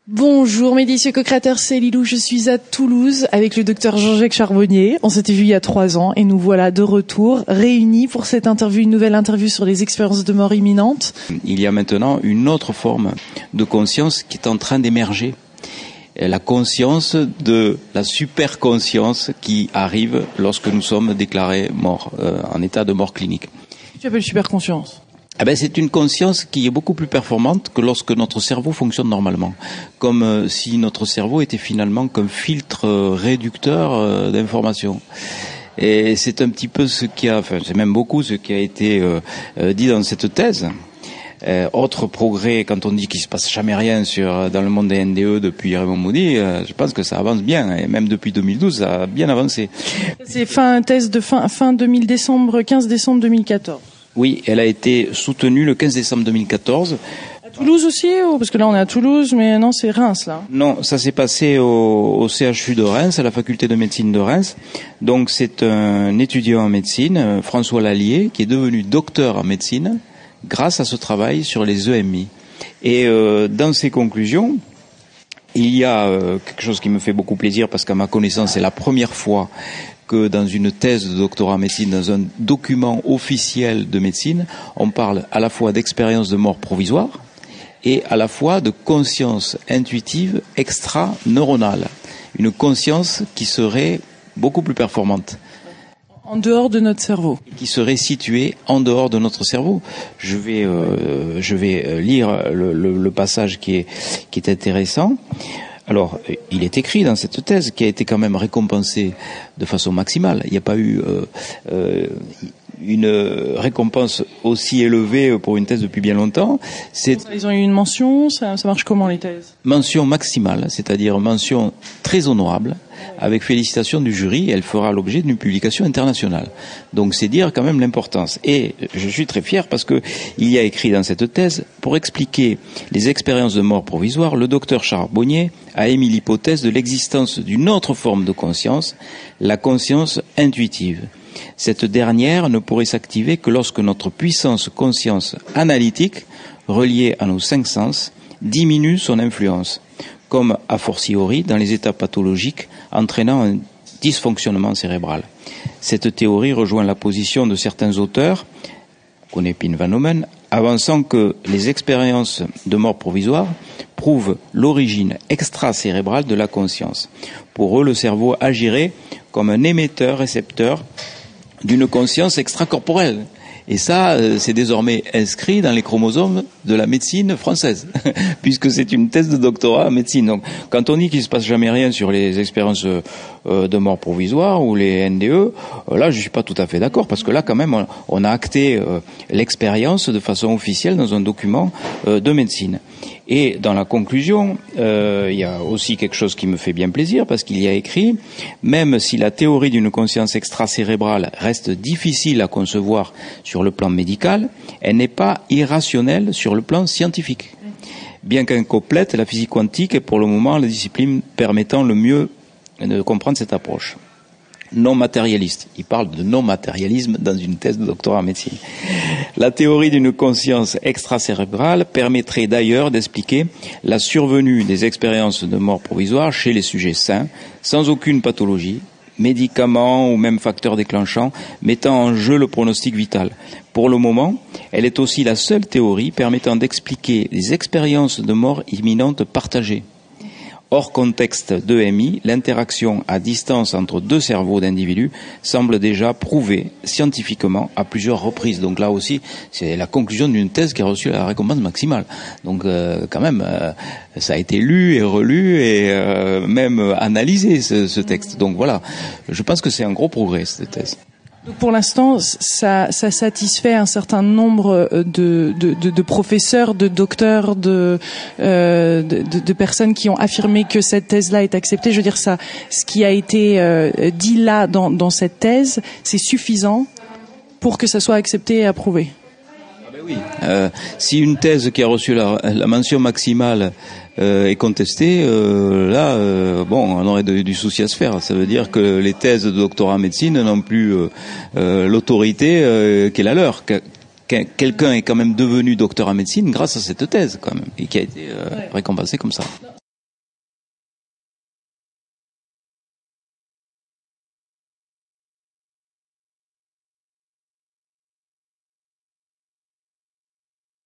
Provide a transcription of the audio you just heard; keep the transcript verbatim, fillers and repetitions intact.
Bonjour mes délicieux co-créateurs, c'est Lilou, je suis à Toulouse avec le docteur Jean-Jacques Charbonnier. On s'était vu il y a trois ans et nous voilà de retour, réunis pour cette interview, une nouvelle interview sur les expériences de mort imminente. Il y a maintenant une autre forme de conscience qui est en train d'émerger. La conscience de la super-conscience qui arrive lorsque nous sommes déclarés morts, euh, en état de mort clinique. Tu appelles super-conscience ? Ah ben, c'est une conscience qui est beaucoup plus performante que lorsque notre cerveau fonctionne normalement. Comme euh, si notre cerveau était finalement qu'un filtre euh, réducteur euh, d'informations. Et c'est un petit peu ce qui a, enfin c'est même beaucoup ce qui a été euh, euh, dit dans cette thèse. Euh, autre progrès, quand on dit qu'il se passe jamais rien sur dans le monde des N D E depuis Raymond Moody, euh, je pense que ça avance bien, et même depuis deux mille douze, ça a bien avancé. C'est fin thèse de fin fin deux mille décembre, quinze décembre deux mille quatorze. Oui, elle a été soutenue le quinze décembre deux mille quatorze. À Toulouse aussi, ou parce que là on est à Toulouse, mais non, c'est Reims là. Non, ça s'est passé au, au C H U de Reims, à la faculté de médecine de Reims. Donc c'est un étudiant en médecine, François Lallier, qui est devenu docteur en médecine grâce à ce travail sur les E M I. Et euh, dans ses conclusions, il y a euh, quelque chose qui me fait beaucoup plaisir parce qu'à ma connaissance, c'est la première fois que dans une thèse de doctorat en médecine, dans un document officiel de médecine, on parle à la fois d'expérience de mort provisoire et à la fois de conscience intuitive extra-neuronale. Une conscience qui serait beaucoup plus performante. En dehors de notre cerveau. Qui serait située en dehors de notre cerveau. Je vais, euh, je vais lire le, le, le passage qui est, qui est intéressant. Alors, il est écrit dans cette thèse qui a été quand même récompensée de façon maximale. Il n'y a pas eu euh, euh, une récompense aussi élevée pour une thèse depuis bien longtemps. C'est Ils ont eu une mention, ça, ça marche comment les thèses ? Mention maximale, c'est-à-dire mention très honorable, avec félicitations du jury, elle fera l'objet d'une publication internationale. Donc c'est dire quand même l'importance. Et je suis très fier parce que il y a écrit dans cette thèse, pour expliquer les expériences de mort provisoire, le docteur Charbonnier a émis l'hypothèse de l'existence d'une autre forme de conscience, la conscience intuitive. Cette dernière ne pourrait s'activer que lorsque notre puissance conscience analytique, reliée à nos cinq sens, diminue son influence, comme a fortiori dans les états pathologiques entraînant un dysfonctionnement cérébral. Cette théorie rejoint la position de certains auteurs, Konepin Van Omen, avançant que les expériences de mort provisoire prouvent l'origine extracérébrale de la conscience. Pour eux, le cerveau agirait comme un émetteur-récepteur d'une conscience extracorporelle. Et ça, c'est désormais inscrit dans les chromosomes de la médecine française, puisque c'est une thèse de doctorat en médecine. Donc, quand on dit qu'il se passe jamais rien sur les expériences de mort provisoire ou les N D E, là, je suis pas tout à fait d'accord, parce que là, quand même, on, on a acté l'expérience de façon officielle dans un document de médecine. Et dans la conclusion, euh, il y a aussi quelque chose qui me fait bien plaisir, parce qu'il y a écrit, même si la théorie d'une conscience extracérébrale reste difficile à concevoir sur le plan médical, elle n'est pas irrationnelle sur le plan scientifique. Bien qu'incomplète, la physique quantique est pour le moment la discipline permettant le mieux de comprendre cette approche. Non matérialiste. Il parle de non-matérialisme dans une thèse de doctorat en médecine. La théorie d'une conscience extracérébrale permettrait d'ailleurs d'expliquer la survenue des expériences de mort provisoire chez les sujets sains, sans aucune pathologie, médicaments ou même facteurs déclenchants, mettant en jeu le pronostic vital. Pour le moment, elle est aussi la seule théorie permettant d'expliquer les expériences de mort imminente partagées. Hors contexte d'E M I, l'interaction à distance entre deux cerveaux d'individus semble déjà prouvée scientifiquement à plusieurs reprises. Donc là aussi, c'est la conclusion d'une thèse qui a reçu la récompense maximale. Donc euh, quand même, euh, ça a été lu et relu et euh, même analysé ce, ce texte. Donc voilà, je pense que c'est un gros progrès cette thèse. Donc pour l'instant, ça, ça satisfait un certain nombre de, de, de, de professeurs, de docteurs, de, euh, de, de personnes qui ont affirmé que cette thèse-là est acceptée. Je veux dire, ça, ce qui a été euh, dit là dans, dans cette thèse, c'est suffisant pour que ça soit accepté et approuvé. Ah ben oui. Euh, si une thèse qui a reçu la, la mention maximale Euh, est contestée, euh, là, euh, bon, on aurait de, du souci à se faire. Ça veut dire que les thèses de doctorat en médecine n'ont plus euh, euh, l'autorité euh, qu'est la leur. Que, que, quelqu'un est quand même devenu docteur en médecine grâce à cette thèse, quand même, et qui a été euh, ouais. récompensé comme ça.